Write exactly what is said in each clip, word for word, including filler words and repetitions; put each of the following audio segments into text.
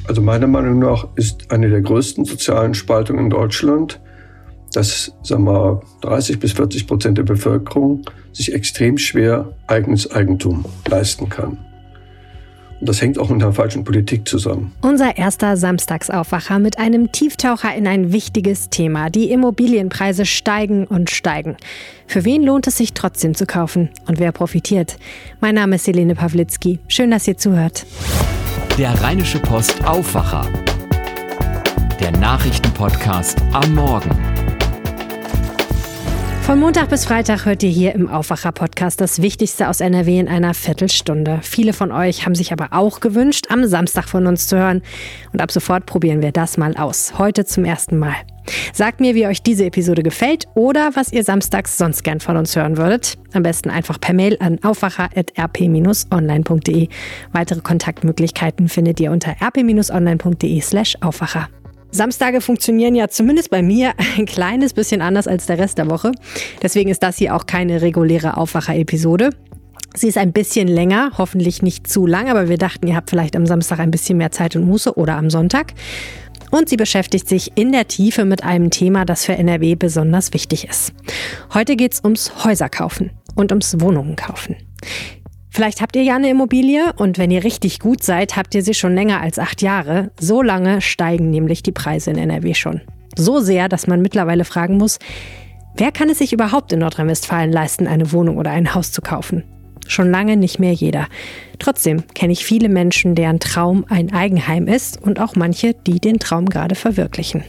Also meiner Meinung nach ist eine der größten sozialen Spaltungen in Deutschland, dass, sagen wir, dreißig bis vierzig Prozent der Bevölkerung sich extrem schwer eigenes Eigentum leisten kann. Und das hängt auch mit der falschen Politik zusammen. Unser erster Samstagsaufwacher mit einem Tieftaucher in ein wichtiges Thema. Die Immobilienpreise steigen und steigen. Für wen lohnt es sich trotzdem zu kaufen? Und wer profitiert? Mein Name ist Helene Pawlitzki. Schön, dass ihr zuhört. Der Rheinische Post Aufwacher. Der Nachrichtenpodcast am Morgen. Von Montag bis Freitag hört ihr hier im Aufwacher-Podcast das Wichtigste aus N R W in einer Viertelstunde. Viele von euch haben sich aber auch gewünscht, am Samstag von uns zu hören. Und ab sofort probieren wir das mal aus. Heute zum ersten Mal. Sagt mir, wie euch diese Episode gefällt oder was ihr samstags sonst gern von uns hören würdet. Am besten einfach per Mail an aufwacher at r p dash online punkt d e. Weitere Kontaktmöglichkeiten findet ihr unter r p dash online punkt d e slash aufwacher. Samstage funktionieren ja zumindest bei mir ein kleines bisschen anders als der Rest der Woche. Deswegen ist das hier auch keine reguläre Aufwacher-Episode. Sie ist ein bisschen länger, hoffentlich nicht zu lang, aber wir dachten, ihr habt vielleicht am Samstag ein bisschen mehr Zeit und Muße oder am Sonntag. Und sie beschäftigt sich in der Tiefe mit einem Thema, das für N R W besonders wichtig ist. Heute geht es ums Häuserkaufen und ums Wohnungen kaufen. Vielleicht habt ihr ja eine Immobilie und wenn ihr richtig gut seid, habt ihr sie schon länger als acht Jahre. So lange steigen nämlich die Preise in N R W schon. So sehr, dass man mittlerweile fragen muss, wer kann es sich überhaupt in Nordrhein-Westfalen leisten, eine Wohnung oder ein Haus zu kaufen? Schon lange nicht mehr jeder. Trotzdem kenne ich viele Menschen, deren Traum ein Eigenheim ist und auch manche, die den Traum gerade verwirklichen.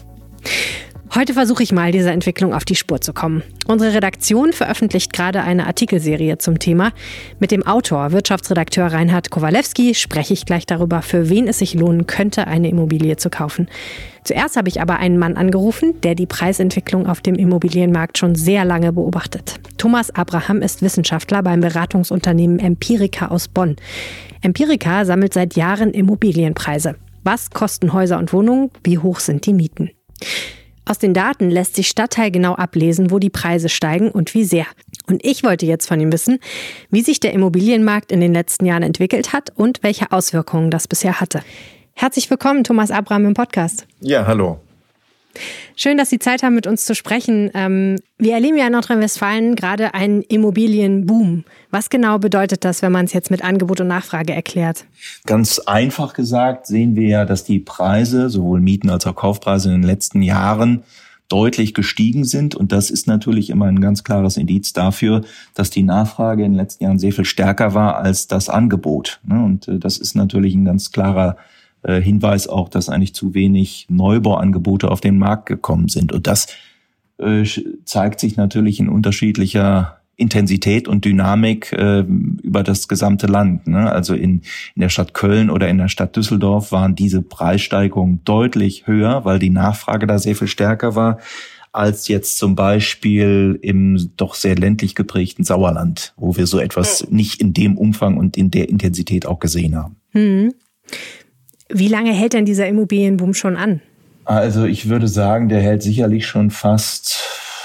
Heute versuche ich mal, dieser Entwicklung auf die Spur zu kommen. Unsere Redaktion veröffentlicht gerade eine Artikelserie zum Thema. Mit dem Autor, Wirtschaftsredakteur Reinhard Kowalewski, spreche ich gleich darüber, für wen es sich lohnen könnte, eine Immobilie zu kaufen. Zuerst habe ich aber einen Mann angerufen, der die Preisentwicklung auf dem Immobilienmarkt schon sehr lange beobachtet. Thomas Abraham ist Wissenschaftler beim Beratungsunternehmen Empirica aus Bonn. Empirica sammelt seit Jahren Immobilienpreise. Was kosten Häuser und Wohnungen? Wie hoch sind die Mieten? Aus den Daten lässt sich stadtteilgenau ablesen, wo die Preise steigen und wie sehr. Und ich wollte jetzt von ihm wissen, wie sich der Immobilienmarkt in den letzten Jahren entwickelt hat und welche Auswirkungen das bisher hatte. Herzlich willkommen, Thomas Abraham im Podcast. Ja, hallo. Schön, dass Sie Zeit haben, mit uns zu sprechen. Wir erleben ja in Nordrhein-Westfalen gerade einen Immobilienboom. Was genau bedeutet das, wenn man es jetzt mit Angebot und Nachfrage erklärt? Ganz einfach gesagt sehen wir ja, dass die Preise, sowohl Mieten als auch Kaufpreise in den letzten Jahren deutlich gestiegen sind. Und das ist natürlich immer ein ganz klares Indiz dafür, dass die Nachfrage in den letzten Jahren sehr viel stärker war als das Angebot. Und das ist natürlich ein ganz klarer Hinweis auch, dass eigentlich zu wenig Neubauangebote auf den Markt gekommen sind. Und das äh, zeigt sich natürlich in unterschiedlicher Intensität und Dynamik äh, über das gesamte Land. Ne? Also in, in der Stadt Köln oder in der Stadt Düsseldorf waren diese Preissteigerungen deutlich höher, weil die Nachfrage da sehr viel stärker war, als jetzt zum Beispiel im doch sehr ländlich geprägten Sauerland, wo wir so etwas nicht in dem Umfang und in der Intensität auch gesehen haben. Hm. Wie lange hält denn dieser Immobilienboom schon an? Also ich würde sagen, der hält sicherlich schon fast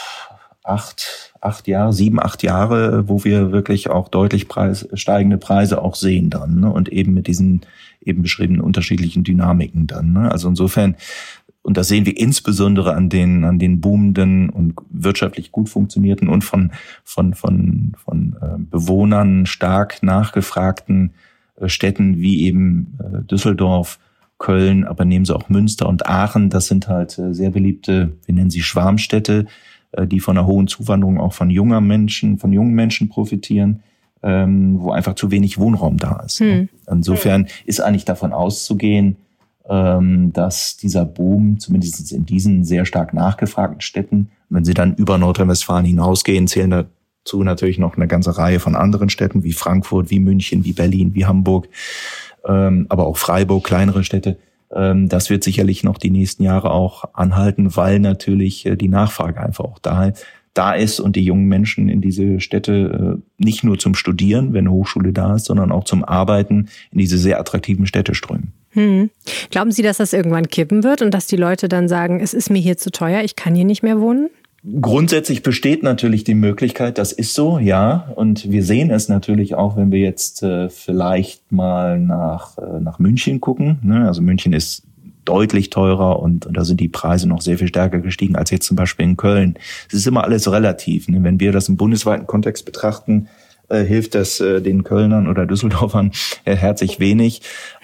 acht, acht Jahre, sieben, acht Jahre, wo wir wirklich auch deutlich Preis, steigende Preise auch sehen dann, ne? Und eben mit diesen eben beschriebenen unterschiedlichen Dynamiken dann. Ne? Also insofern, und das sehen wir insbesondere an den an den boomenden und wirtschaftlich gut funktionierten und von von von von äh, Bewohnern stark nachgefragten Städten wie eben Düsseldorf, Köln, aber nehmen Sie auch Münster und Aachen. Das sind halt sehr beliebte, wir nennen sie Schwarmstädte, die von einer hohen Zuwanderung auch von junger Menschen, von jungen Menschen profitieren, wo einfach zu wenig Wohnraum da ist. Hm. Insofern ist eigentlich davon auszugehen, dass dieser Boom, zumindest in diesen sehr stark nachgefragten Städten, wenn Sie dann über Nordrhein-Westfalen hinausgehen, zählen da zu natürlich noch eine ganze Reihe von anderen Städten wie Frankfurt, wie München, wie Berlin, wie Hamburg, ähm, aber auch Freiburg, kleinere Städte. Ähm, das wird sicherlich noch die nächsten Jahre auch anhalten, weil natürlich äh, die Nachfrage einfach auch da, da ist und die jungen Menschen in diese Städte äh, nicht nur zum Studieren, wenn eine Hochschule da ist, sondern auch zum Arbeiten in diese sehr attraktiven Städte strömen. Hm. Glauben Sie, dass das irgendwann kippen wird und dass die Leute dann sagen, es ist mir hier zu teuer, ich kann hier nicht mehr wohnen? Grundsätzlich besteht natürlich die Möglichkeit, das ist so, ja. Und wir sehen es natürlich auch, wenn wir jetzt äh, vielleicht mal nach, äh, nach München gucken. Ne? Also München ist deutlich teurer und, und da sind die Preise noch sehr viel stärker gestiegen als jetzt zum Beispiel in Köln. Es ist immer alles relativ. Ne? Wenn wir das im bundesweiten Kontext betrachten, äh, hilft das äh, den Kölnern oder Düsseldorfern äh, herzlich wenig.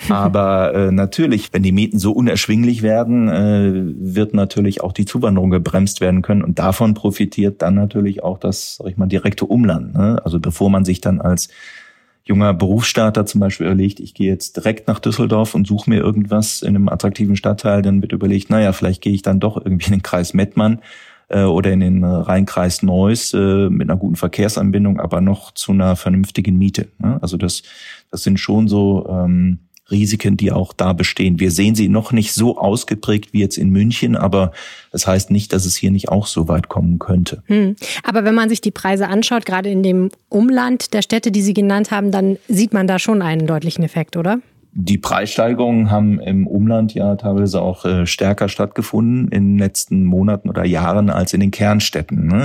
Aber äh, natürlich, wenn die Mieten so unerschwinglich werden, äh, wird natürlich auch die Zuwanderung gebremst werden können. Und davon profitiert dann natürlich auch das, sag ich mal, direkte Umland. Ne? Also bevor man sich dann als junger Berufsstarter zum Beispiel überlegt, ich gehe jetzt direkt nach Düsseldorf und suche mir irgendwas in einem attraktiven Stadtteil, dann wird überlegt, naja, vielleicht gehe ich dann doch irgendwie in den Kreis Mettmann äh, oder in den Rheinkreis Neuss äh, mit einer guten Verkehrsanbindung, aber noch zu einer vernünftigen Miete. Ne? Also das, das sind schon so ähm, Risiken, die auch da bestehen. Wir sehen sie noch nicht so ausgeprägt wie jetzt in München, aber das heißt nicht, dass es hier nicht auch so weit kommen könnte. Hm. Aber wenn man sich die Preise anschaut, gerade in dem Umland der Städte, die Sie genannt haben, dann sieht man da schon einen deutlichen Effekt, oder? Die Preissteigerungen haben im Umland ja teilweise auch äh, stärker stattgefunden in den letzten Monaten oder Jahren als in den Kernstädten. Ne?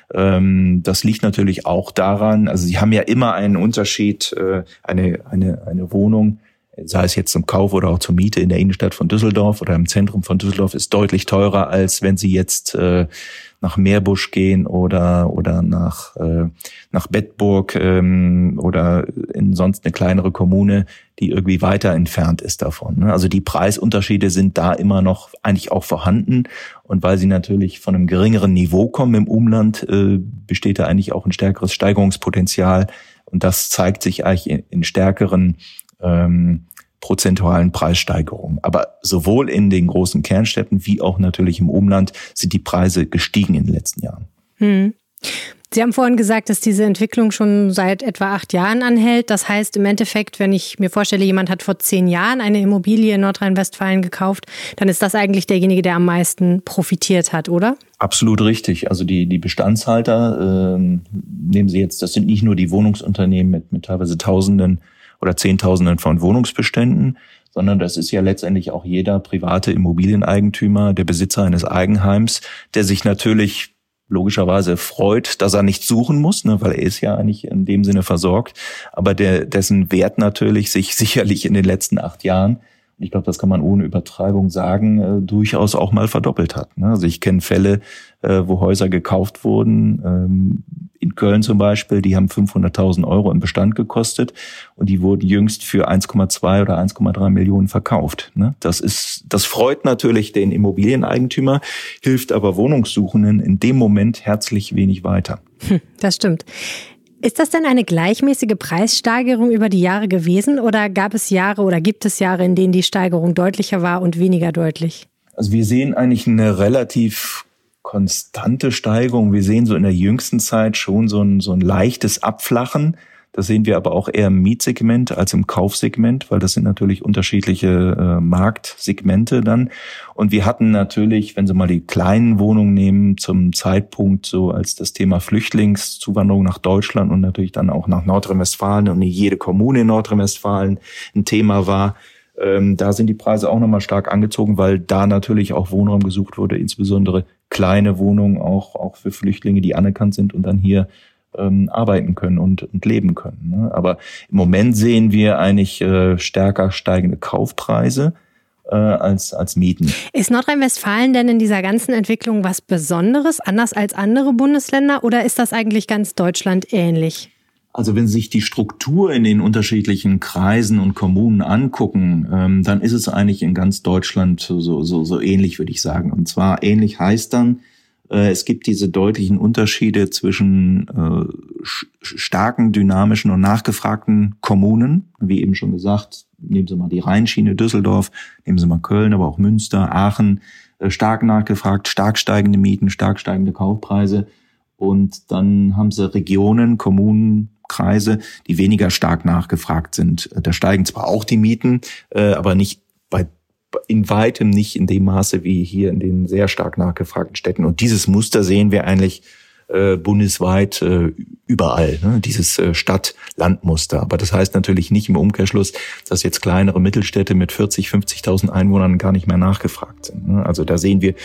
Ähm, das liegt natürlich auch daran, also sie haben ja immer einen Unterschied, äh, eine, eine, eine Wohnung, sei es jetzt zum Kauf oder auch zur Miete in der Innenstadt von Düsseldorf oder im Zentrum von Düsseldorf, ist deutlich teurer, als wenn Sie jetzt äh, nach Meerbusch gehen oder oder nach äh, nach Bedburg ähm, oder in sonst eine kleinere Kommune, die irgendwie weiter entfernt ist davon. Ne? Also die Preisunterschiede sind da immer noch eigentlich auch vorhanden. Und weil sie natürlich von einem geringeren Niveau kommen im Umland, äh, besteht da eigentlich auch ein stärkeres Steigerungspotenzial. Und das zeigt sich eigentlich in, in stärkeren Ähm, prozentualen Preissteigerungen. Aber sowohl in den großen Kernstädten wie auch natürlich im Umland sind die Preise gestiegen in den letzten Jahren. Hm. Sie haben vorhin gesagt, dass diese Entwicklung schon seit etwa acht Jahren anhält. Das heißt im Endeffekt, wenn ich mir vorstelle, jemand hat vor zehn Jahren eine Immobilie in Nordrhein-Westfalen gekauft, dann ist das eigentlich derjenige, der am meisten profitiert hat, oder? Absolut richtig. Also die, die Bestandshalter, äh, nehmen Sie jetzt, das sind nicht nur die Wohnungsunternehmen mit, mit teilweise Tausenden oder Zehntausenden von Wohnungsbeständen, sondern das ist ja letztendlich auch jeder private Immobilieneigentümer, der Besitzer eines Eigenheims, der sich natürlich logischerweise freut, dass er nicht suchen muss, ne, weil er ist ja eigentlich in dem Sinne versorgt, aber der, dessen Wert natürlich sich sicherlich in den letzten acht Jahren, ich glaube, das kann man ohne Übertreibung sagen, äh, durchaus auch mal verdoppelt hat. Ne? Also ich kenne Fälle, äh, wo Häuser gekauft wurden, ähm, in Köln zum Beispiel, die haben fünfhunderttausend Euro im Bestand gekostet und die wurden jüngst für eins Komma zwei oder eins Komma drei Millionen verkauft. Ne? Das ist, das freut natürlich den Immobilieneigentümer, hilft aber Wohnungssuchenden in dem Moment herzlich wenig weiter. Hm, das stimmt. Ist das denn eine gleichmäßige Preissteigerung über die Jahre gewesen oder gab es Jahre oder gibt es Jahre, in denen die Steigerung deutlicher war und weniger deutlich? Also wir sehen eigentlich eine relativ konstante Steigerung. Wir sehen so in der jüngsten Zeit schon so ein, so ein leichtes Abflachen. Das sehen wir aber auch eher im Mietsegment als im Kaufsegment, weil das sind natürlich unterschiedliche äh, Marktsegmente dann. Und wir hatten natürlich, wenn Sie mal die kleinen Wohnungen nehmen, zum Zeitpunkt so als das Thema Flüchtlingszuwanderung nach Deutschland und natürlich dann auch nach Nordrhein-Westfalen und nicht jede Kommune in Nordrhein-Westfalen ein Thema war, ähm, da sind die Preise auch nochmal stark angezogen, weil da natürlich auch Wohnraum gesucht wurde, insbesondere kleine Wohnungen auch, auch für Flüchtlinge, die anerkannt sind und dann hier ähm, arbeiten können und, und leben können. Ne? Aber im Moment sehen wir eigentlich äh, stärker steigende Kaufpreise äh, als, als Mieten. Ist Nordrhein-Westfalen denn in dieser ganzen Entwicklung was Besonderes, anders als andere Bundesländer, oder ist das eigentlich ganz Deutschland ähnlich? Also wenn Sie sich die Struktur in den unterschiedlichen Kreisen und Kommunen angucken, ähm, dann ist es eigentlich in ganz Deutschland so, so, so ähnlich, würde ich sagen. Und zwar ähnlich heißt dann, äh, es gibt diese deutlichen Unterschiede zwischen äh, starken, dynamischen und nachgefragten Kommunen. Wie eben schon gesagt, nehmen Sie mal die Rheinschiene Düsseldorf, nehmen Sie mal Köln, aber auch Münster, Aachen, äh, stark nachgefragt, stark steigende Mieten, stark steigende Kaufpreise. Und dann haben Sie Regionen, Kommunen, Kreise, die weniger stark nachgefragt sind. Da steigen zwar auch die Mieten, äh, aber nicht bei, in weitem nicht in dem Maße wie hier in den sehr stark nachgefragten Städten. Und dieses Muster sehen wir eigentlich äh, bundesweit äh, überall, ne? Dieses äh, Stadt-Land-Muster. Aber das heißt natürlich nicht im Umkehrschluss, dass jetzt kleinere Mittelstädte mit vierzig, fünfzigtausend Einwohnern gar nicht mehr nachgefragt sind. Ne? Also da sehen wir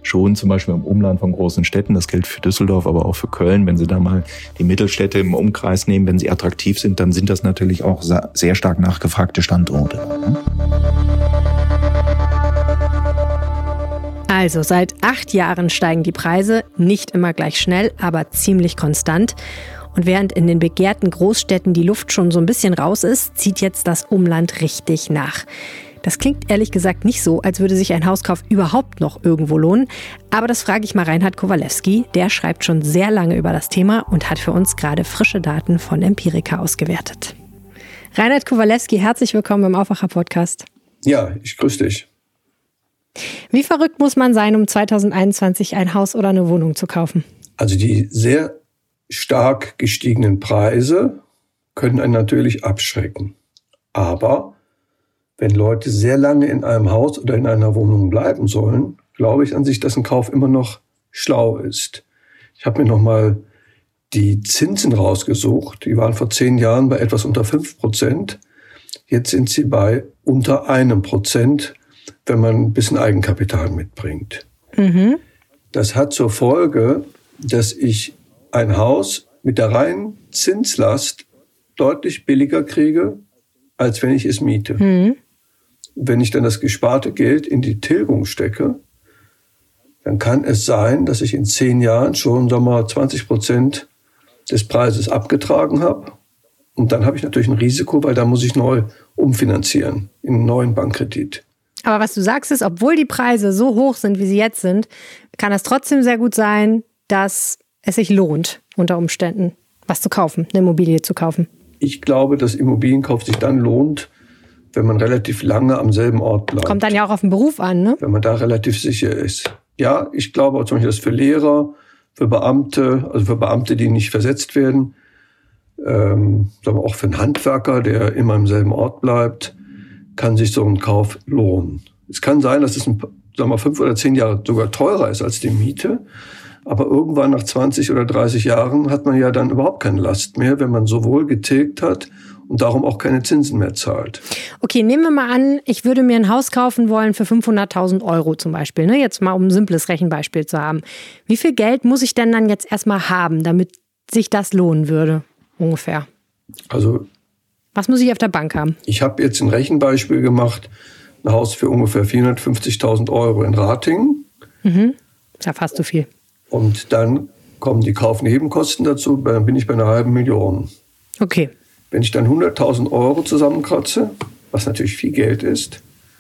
schon zum Beispiel im Umland von großen Städten, das gilt für Düsseldorf, aber auch für Köln, wenn Sie da mal die Mittelstädte im Umkreis nehmen, wenn sie attraktiv sind, dann sind das natürlich auch sehr stark nachgefragte Standorte. Also seit acht Jahren steigen die Preise, nicht immer gleich schnell, aber ziemlich konstant. Und während in den begehrten Großstädten die Luft schon so ein bisschen raus ist, zieht jetzt das Umland richtig nach. Das klingt ehrlich gesagt nicht so, als würde sich ein Hauskauf überhaupt noch irgendwo lohnen. Aber das frage ich mal Reinhard Kowalewski. Der schreibt schon sehr lange über das Thema und hat für uns gerade frische Daten von Empirica ausgewertet. Reinhard Kowalewski, herzlich willkommen im Aufwacher-Podcast. Ja, ich grüße dich. Wie verrückt muss man sein, um zwanzig einundzwanzig ein Haus oder eine Wohnung zu kaufen? Also die sehr stark gestiegenen Preise können einen natürlich abschrecken. Aber wenn Leute sehr lange in einem Haus oder in einer Wohnung bleiben sollen, glaube ich an sich, dass ein Kauf immer noch schlau ist. Ich habe mir nochmal die Zinsen rausgesucht. Die waren vor zehn Jahren bei etwas unter fünf Prozent. Jetzt sind sie bei unter einem Prozent, wenn man ein bisschen Eigenkapital mitbringt. Mhm. Das hat zur Folge, dass ich ein Haus mit der reinen Zinslast deutlich billiger kriege, als wenn ich es miete. Mhm. Wenn ich dann das gesparte Geld in die Tilgung stecke, dann kann es sein, dass ich in zehn Jahren schon sagen wir mal, zwanzig Prozent des Preises abgetragen habe. Und dann habe ich natürlich ein Risiko, weil da muss ich neu umfinanzieren in einen neuen Bankkredit. Aber was du sagst ist, obwohl die Preise so hoch sind, wie sie jetzt sind, kann es trotzdem sehr gut sein, dass es sich lohnt, unter Umständen was zu kaufen, eine Immobilie zu kaufen. Ich glaube, dass Immobilienkauf sich dann lohnt, wenn man relativ lange am selben Ort bleibt. Kommt dann ja auch auf den Beruf an, ne? Wenn man da relativ sicher ist. Ja, ich glaube auch zum Beispiel, dass für Lehrer, für Beamte, also für Beamte, die nicht versetzt werden, ähm, sagen wir auch für einen Handwerker, der immer am selben Ort bleibt, kann sich so ein Kauf lohnen. Es kann sein, dass es ein, sagen wir, fünf oder zehn Jahre sogar teurer ist als die Miete. Aber irgendwann nach zwanzig oder dreißig Jahren hat man ja dann überhaupt keine Last mehr, wenn man sowohl getilgt hat und darum auch keine Zinsen mehr zahlt. Okay, nehmen wir mal an, ich würde mir ein Haus kaufen wollen für fünfhunderttausend Euro zum Beispiel. Ne? Jetzt mal, um ein simples Rechenbeispiel zu haben. Wie viel Geld muss ich denn dann jetzt erstmal haben, damit sich das lohnen würde, ungefähr? Also, was muss ich auf der Bank haben? Ich habe jetzt ein Rechenbeispiel gemacht, ein Haus für ungefähr vierhundertfünfzigtausend Euro in Ratingen. Mhm. Ist ja fast so viel. Und dann kommen die Kaufnebenkosten dazu, dann bin ich bei einer halben Million. Okay. Wenn ich dann hunderttausend Euro zusammenkratze, was natürlich viel Geld ist,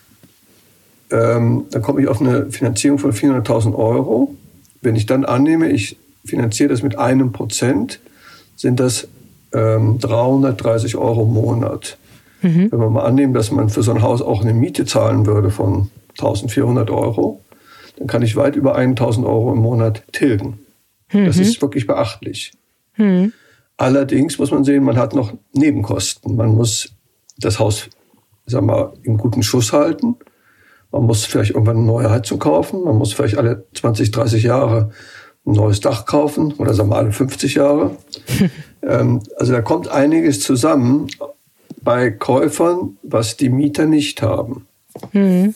ähm, dann komme ich auf eine Finanzierung von vierhunderttausend Euro. Wenn ich dann annehme, ich finanziere das mit einem Prozent, sind das ähm, dreihundertdreißig Euro im Monat. Mhm. Wenn wir mal annehmen, dass man für so ein Haus auch eine Miete zahlen würde von eintausendvierhundert Euro, dann kann ich weit über tausend Euro im Monat tilgen. Mhm. Das ist wirklich beachtlich. Mhm. Allerdings muss man sehen, man hat noch Nebenkosten. Man muss das Haus, sagen wir mal, in guten Schuss halten. Man muss vielleicht irgendwann eine neue Heizung kaufen. Man muss vielleicht alle zwanzig, dreißig Jahre ein neues Dach kaufen. Oder sagen wir alle fünfzig Jahre. ähm, also da kommt einiges zusammen bei Käufern, was die Mieter nicht haben. Mhm.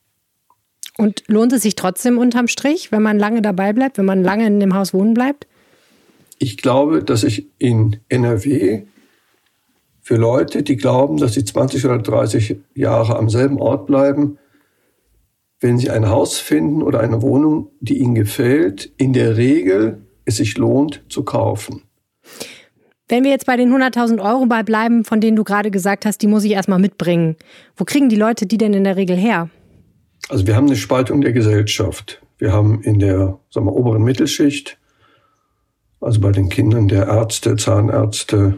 Und lohnt es sich trotzdem unterm Strich, wenn man lange dabei bleibt, wenn man lange in dem Haus wohnen bleibt? Ich glaube, dass ich in N R W für Leute, die glauben, dass sie zwanzig oder dreißig Jahre am selben Ort bleiben, wenn sie ein Haus finden oder eine Wohnung, die ihnen gefällt, in der Regel es sich lohnt zu kaufen. Wenn wir jetzt bei den hunderttausend Euro bleiben, von denen du gerade gesagt hast, die muss ich erstmal mitbringen. Wo kriegen die Leute die denn in der Regel her? Also wir haben eine Spaltung der Gesellschaft. Wir haben in der, sagen wir, oberen Mittelschicht, also bei den Kindern der Ärzte, Zahnärzte,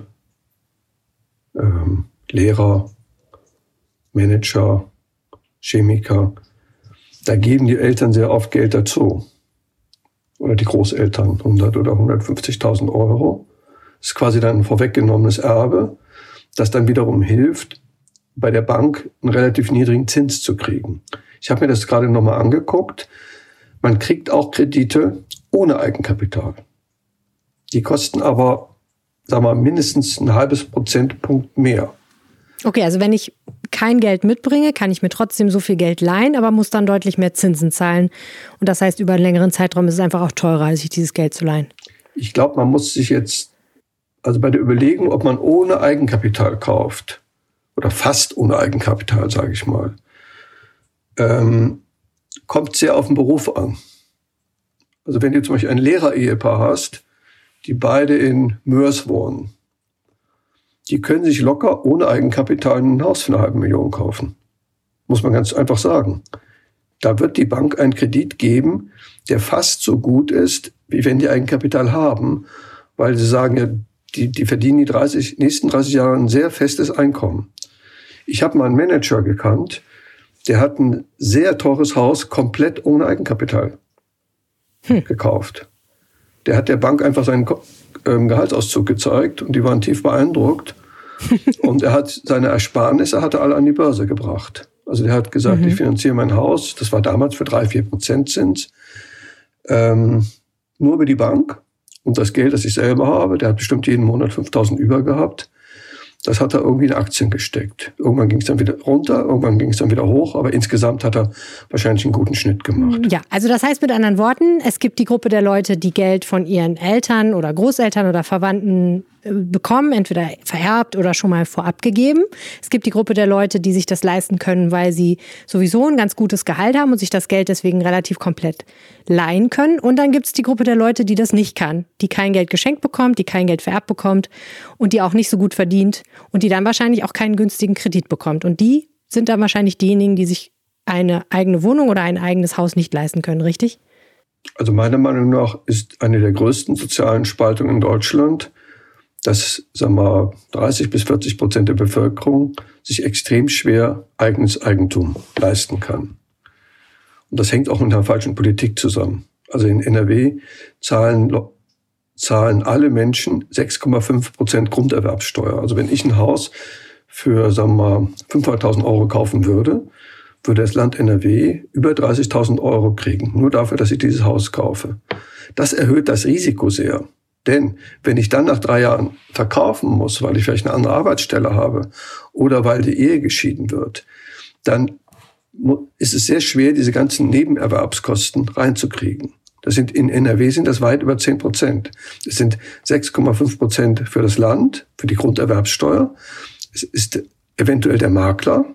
ähm, Lehrer, Manager, Chemiker, da geben die Eltern sehr oft Geld dazu. Oder die Großeltern, hundert oder hundertfünfzigtausend Euro. Das ist quasi dann ein vorweggenommenes Erbe, das dann wiederum hilft, bei der Bank einen relativ niedrigen Zins zu kriegen. Ich habe mir das gerade nochmal angeguckt. Man kriegt auch Kredite ohne Eigenkapital. Die kosten aber, sagen wir mal, mindestens ein halbes Prozentpunkt mehr. Okay, also wenn ich kein Geld mitbringe, kann ich mir trotzdem so viel Geld leihen, aber muss dann deutlich mehr Zinsen zahlen. Und das heißt, über einen längeren Zeitraum ist es einfach auch teurer, sich dieses Geld zu leihen. Ich glaube, man muss sich jetzt, also bei der Überlegung, ob man ohne Eigenkapital kauft, oder fast ohne Eigenkapital, sage ich mal, ähm, kommt sehr auf den Beruf an. Also wenn du zum Beispiel ein Lehrer-Ehepaar hast, die beide in Moers wohnen, die können sich locker ohne Eigenkapital ein Haus für eine halbe Million kaufen. Muss man ganz einfach sagen. Da wird die Bank einen Kredit geben, der fast so gut ist, wie wenn die Eigenkapital haben, weil sie sagen, ja, die, die verdienen die dreißig, nächsten dreißig Jahre ein sehr festes Einkommen. Ich habe mal einen Manager gekannt, der hat ein sehr teures Haus komplett ohne Eigenkapital hm. gekauft. Der hat der Bank einfach seinen ähm, Gehaltsauszug gezeigt und die waren tief beeindruckt. Und er hat seine Ersparnisse hat er alle an die Börse gebracht. Also der hat gesagt, mhm. ich finanziere mein Haus, das war damals für drei, vier Prozent Zins, ähm, nur über die Bank. Und das Geld, das ich selber habe, der hat bestimmt jeden Monat fünftausend über gehabt. Das hat er irgendwie in Aktien gesteckt. Irgendwann ging es dann wieder runter, irgendwann ging es dann wieder hoch, aber insgesamt hat er wahrscheinlich einen guten Schnitt gemacht. Ja, also das heißt mit anderen Worten, es gibt die Gruppe der Leute, die Geld von ihren Eltern oder Großeltern oder Verwandten bekommen, entweder vererbt oder schon mal vorab gegeben. Es gibt die Gruppe der Leute, die sich das leisten können, weil sie sowieso ein ganz gutes Gehalt haben und sich das Geld deswegen relativ komplett leihen können. Und dann gibt es die Gruppe der Leute, die das nicht kann, die kein Geld geschenkt bekommt, die kein Geld vererbt bekommt und die auch nicht so gut verdient und die dann wahrscheinlich auch keinen günstigen Kredit bekommt. Und die sind dann wahrscheinlich diejenigen, die sich eine eigene Wohnung oder ein eigenes Haus nicht leisten können, richtig? Also meiner Meinung nach ist eine der größten sozialen Spaltungen in Deutschland, dass, sagen wir mal, dreißig bis vierzig Prozent der Bevölkerung sich extrem schwer eigenes Eigentum leisten kann. Und das hängt auch mit einer falschen Politik zusammen. Also in N R W zahlen, zahlen alle Menschen sechs Komma fünf Prozent Grunderwerbssteuer. Also wenn ich ein Haus für, sagen wir mal, fünfhunderttausend Euro kaufen würde, würde das Land N R W über dreißigtausend Euro kriegen, nur dafür, dass ich dieses Haus kaufe. Das erhöht das Risiko sehr. Denn wenn ich dann nach drei Jahren verkaufen muss, weil ich vielleicht eine andere Arbeitsstelle habe oder weil die Ehe geschieden wird, dann ist es sehr schwer, diese ganzen Nebenerwerbskosten reinzukriegen. Das sind in N R W sind das weit über zehn Prozent. Es sind sechs Komma fünf Prozent für das Land, für die Grunderwerbssteuer. Es ist eventuell der Makler.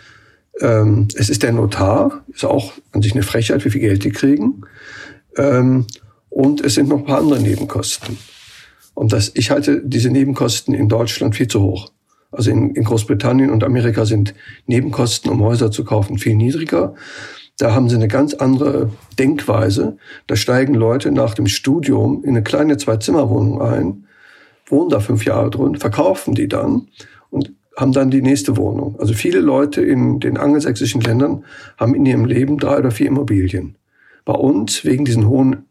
Ähm, es ist der Notar. Ist auch an sich eine Frechheit, wie viel Geld die kriegen. Ähm, Und es sind noch ein paar andere Nebenkosten. Und das, ich halte diese Nebenkosten in Deutschland viel zu hoch. Also in, in Großbritannien und Amerika sind Nebenkosten, um Häuser zu kaufen, viel niedriger. Da haben sie eine ganz andere Denkweise. Da steigen Leute nach dem Studium in eine kleine Zwei-Zimmer-Wohnung ein, wohnen da fünf Jahre drin, verkaufen die dann und haben dann die nächste Wohnung. Also viele Leute in den angelsächsischen Ländern haben in ihrem Leben drei oder vier Immobilien. Bei uns, wegen diesen hohen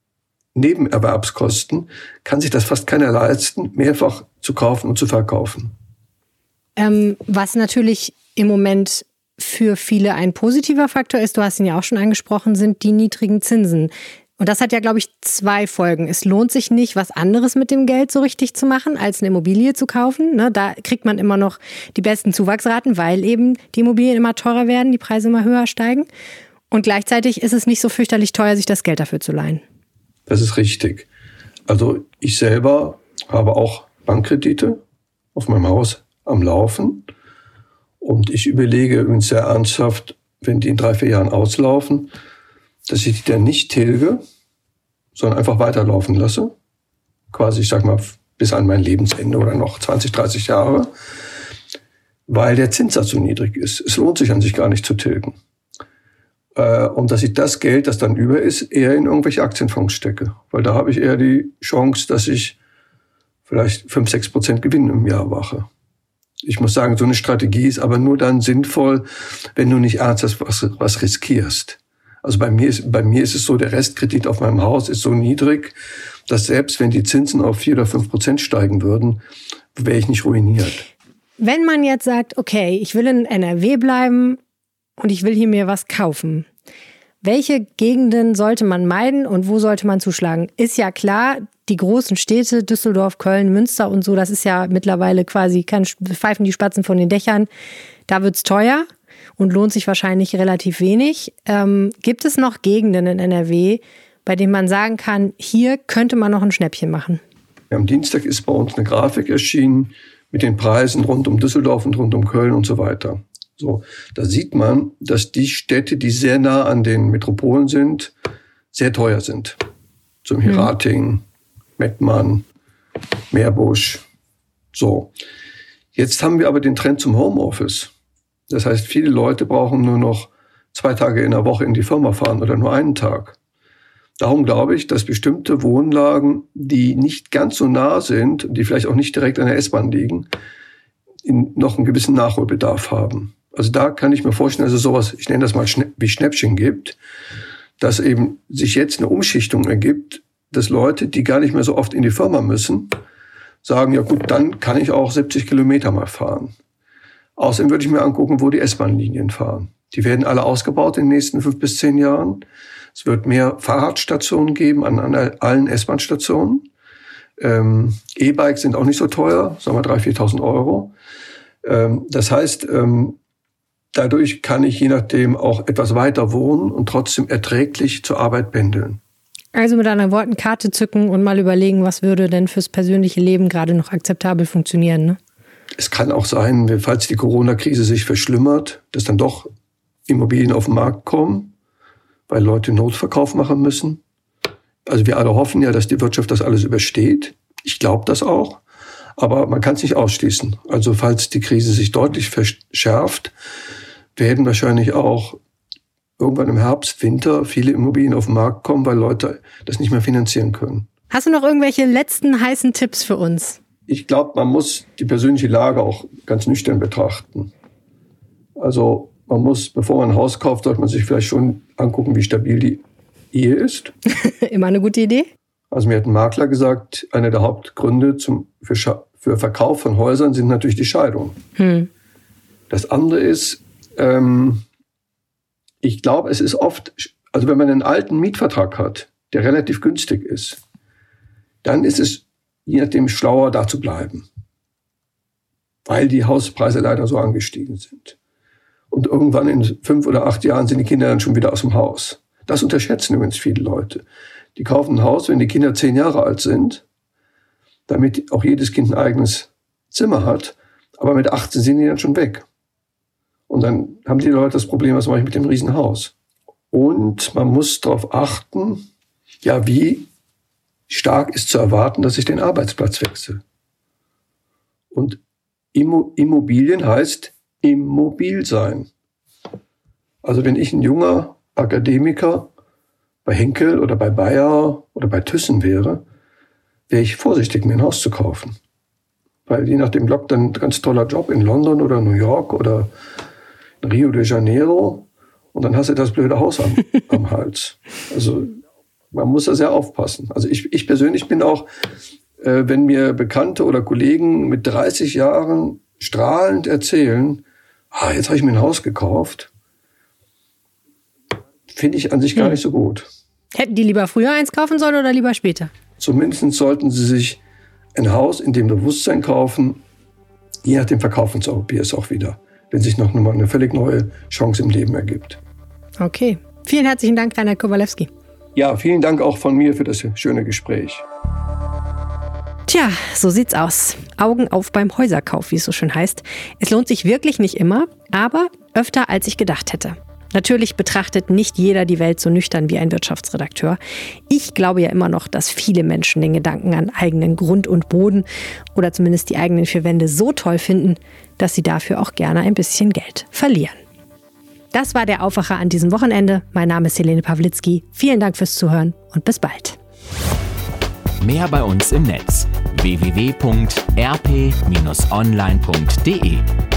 Nebenerwerbskosten, kann sich das fast keiner leisten, mehrfach zu kaufen und zu verkaufen. Ähm, was natürlich im Moment für viele ein positiver Faktor ist, du hast ihn ja auch schon angesprochen, sind die niedrigen Zinsen. Und das hat ja, glaube ich, zwei Folgen. Es lohnt sich nicht, was anderes mit dem Geld so richtig zu machen, als eine Immobilie zu kaufen. Ne, da kriegt man immer noch die besten Zuwachsraten, weil eben die Immobilien immer teurer werden, die Preise immer höher steigen. Und gleichzeitig ist es nicht so fürchterlich teuer, sich das Geld dafür zu leihen. Das ist richtig. Also ich selber habe auch Bankkredite auf meinem Haus am Laufen. Und ich überlege übrigens sehr ernsthaft, wenn die in drei, vier Jahren auslaufen, dass ich die dann nicht tilge, sondern einfach weiterlaufen lasse. Quasi, ich sag mal, bis an mein Lebensende oder noch zwanzig, dreißig Jahre. Weil der Zinssatz so niedrig ist. Es lohnt sich an sich gar nicht zu tilgen. Und dass ich das Geld, das dann über ist, eher in irgendwelche Aktienfonds stecke. Weil da habe ich eher die Chance, dass ich vielleicht fünf, sechs Prozent Gewinn im Jahr mache. Ich muss sagen, so eine Strategie ist aber nur dann sinnvoll, wenn du nicht ernsthaft was, was riskierst. Also bei mir ist, bei mir ist es so, der Restkredit auf meinem Haus ist so niedrig, dass selbst wenn die Zinsen auf vier oder fünf Prozent steigen würden, wäre ich nicht ruiniert. Wenn man jetzt sagt, okay, ich will in N R W bleiben, und ich will hier mir was kaufen. Welche Gegenden sollte man meiden und wo sollte man zuschlagen? Ist ja klar, die großen Städte, Düsseldorf, Köln, Münster und so, das ist ja mittlerweile quasi, kann pfeifen die Spatzen von den Dächern. Da wird's teuer und lohnt sich wahrscheinlich relativ wenig. Ähm, gibt es noch Gegenden in N R W, bei denen man sagen kann, hier könnte man noch ein Schnäppchen machen? Am Dienstag ist bei uns eine Grafik erschienen mit den Preisen rund um Düsseldorf und rund um Köln und so weiter. So, da sieht man, dass die Städte, die sehr nah an den Metropolen sind, sehr teuer sind. Zum Herating, mhm. Mettmann, Meerbusch. So. Jetzt haben wir aber den Trend zum Homeoffice. Das heißt, viele Leute brauchen nur noch zwei Tage in der Woche in die Firma fahren oder nur einen Tag. Darum glaube ich, dass bestimmte Wohnlagen, die nicht ganz so nah sind, die vielleicht auch nicht direkt an der S-Bahn liegen, in noch einen gewissen Nachholbedarf haben. Also da kann ich mir vorstellen, dass es sowas, ich nenne das mal wie Schnäppchen gibt, dass eben sich jetzt eine Umschichtung ergibt, dass Leute, die gar nicht mehr so oft in die Firma müssen, sagen, ja gut, dann kann ich auch siebzig Kilometer mal fahren. Außerdem würde ich mir angucken, wo die S-Bahn-Linien fahren. Die werden alle ausgebaut in den nächsten fünf bis zehn Jahren. Es wird mehr Fahrradstationen geben an, an allen S-Bahn-Stationen. Ähm, E-Bikes sind auch nicht so teuer, sagen wir dreitausend, viertausend Euro. Ähm, das heißt, ähm, dadurch kann ich je nachdem auch etwas weiter wohnen und trotzdem erträglich zur Arbeit pendeln. Also mit anderen Worten, Karte zücken und mal überlegen, was würde denn fürs persönliche Leben gerade noch akzeptabel funktionieren, ne? Es kann auch sein, falls die Corona-Krise sich verschlimmert, dass dann doch Immobilien auf den Markt kommen, weil Leute Notverkauf machen müssen. Also wir alle hoffen ja, dass die Wirtschaft das alles übersteht. Ich glaube das auch, aber man kann es nicht ausschließen. Also falls die Krise sich deutlich verschärft, werden wahrscheinlich auch irgendwann im Herbst, Winter viele Immobilien auf den Markt kommen, weil Leute das nicht mehr finanzieren können. Hast du noch irgendwelche letzten heißen Tipps für uns? Ich glaube, man muss die persönliche Lage auch ganz nüchtern betrachten. Also man muss, bevor man ein Haus kauft, sollte man sich vielleicht schon angucken, wie stabil die Ehe ist. Immer eine gute Idee. Also mir hat ein Makler gesagt, einer der Hauptgründe zum, für, Scha- für Verkauf von Häusern sind natürlich die Scheidungen. Hm. Das andere ist, ähm, ich glaube, es ist oft, also wenn man einen alten Mietvertrag hat, der relativ günstig ist, dann ist es je nachdem schlauer, da zu bleiben. Weil die Hauspreise leider so angestiegen sind. Und irgendwann in fünf oder acht Jahren sind die Kinder dann schon wieder aus dem Haus. Das unterschätzen übrigens viele Leute. Die kaufen ein Haus, wenn die Kinder zehn Jahre alt sind, damit auch jedes Kind ein eigenes Zimmer hat. Aber mit achtzehn sind die dann schon weg. Und dann haben die Leute das Problem, was mache ich mit dem Riesenhaus? Und man muss darauf achten, ja, wie stark ist zu erwarten, dass ich den Arbeitsplatz wechsle. Und Immobilien heißt immobil sein. Also wenn ich ein junger Akademiker bei Henkel oder bei Bayer oder bei Thyssen wäre, wäre ich vorsichtig, mir ein Haus zu kaufen. Weil je nach dem Lockdown ein ganz toller Job in London oder New York oder in Rio de Janeiro und dann hast du das blöde Haus am, am Hals. Also man muss da sehr aufpassen. Also ich, ich persönlich bin auch, äh, wenn mir Bekannte oder Kollegen mit dreißig Jahren strahlend erzählen, ah, jetzt habe ich mir ein Haus gekauft, finde ich an sich gar nicht so gut. Hätten die lieber früher eins kaufen sollen oder lieber später? Zumindest sollten sie sich ein Haus in dem Bewusstsein kaufen, je nachdem verkaufen sie es auch wieder, wenn sich noch mal eine völlig neue Chance im Leben ergibt. Okay. Vielen herzlichen Dank, Rainer Kowalewski. Ja, vielen Dank auch von mir für das schöne Gespräch. Tja, so sieht's aus. Augen auf beim Häuserkauf, wie es so schön heißt. Es lohnt sich wirklich nicht immer, aber öfter, als ich gedacht hätte. Natürlich betrachtet nicht jeder die Welt so nüchtern wie ein Wirtschaftsredakteur. Ich glaube ja immer noch, dass viele Menschen den Gedanken an eigenen Grund und Boden oder zumindest die eigenen vier Wände so toll finden, dass sie dafür auch gerne ein bisschen Geld verlieren. Das war der Aufwacher an diesem Wochenende. Mein Name ist Helene Pawlitzki. Vielen Dank fürs Zuhören und bis bald. Mehr bei uns im Netz w w w punkt r p dash online punkt d e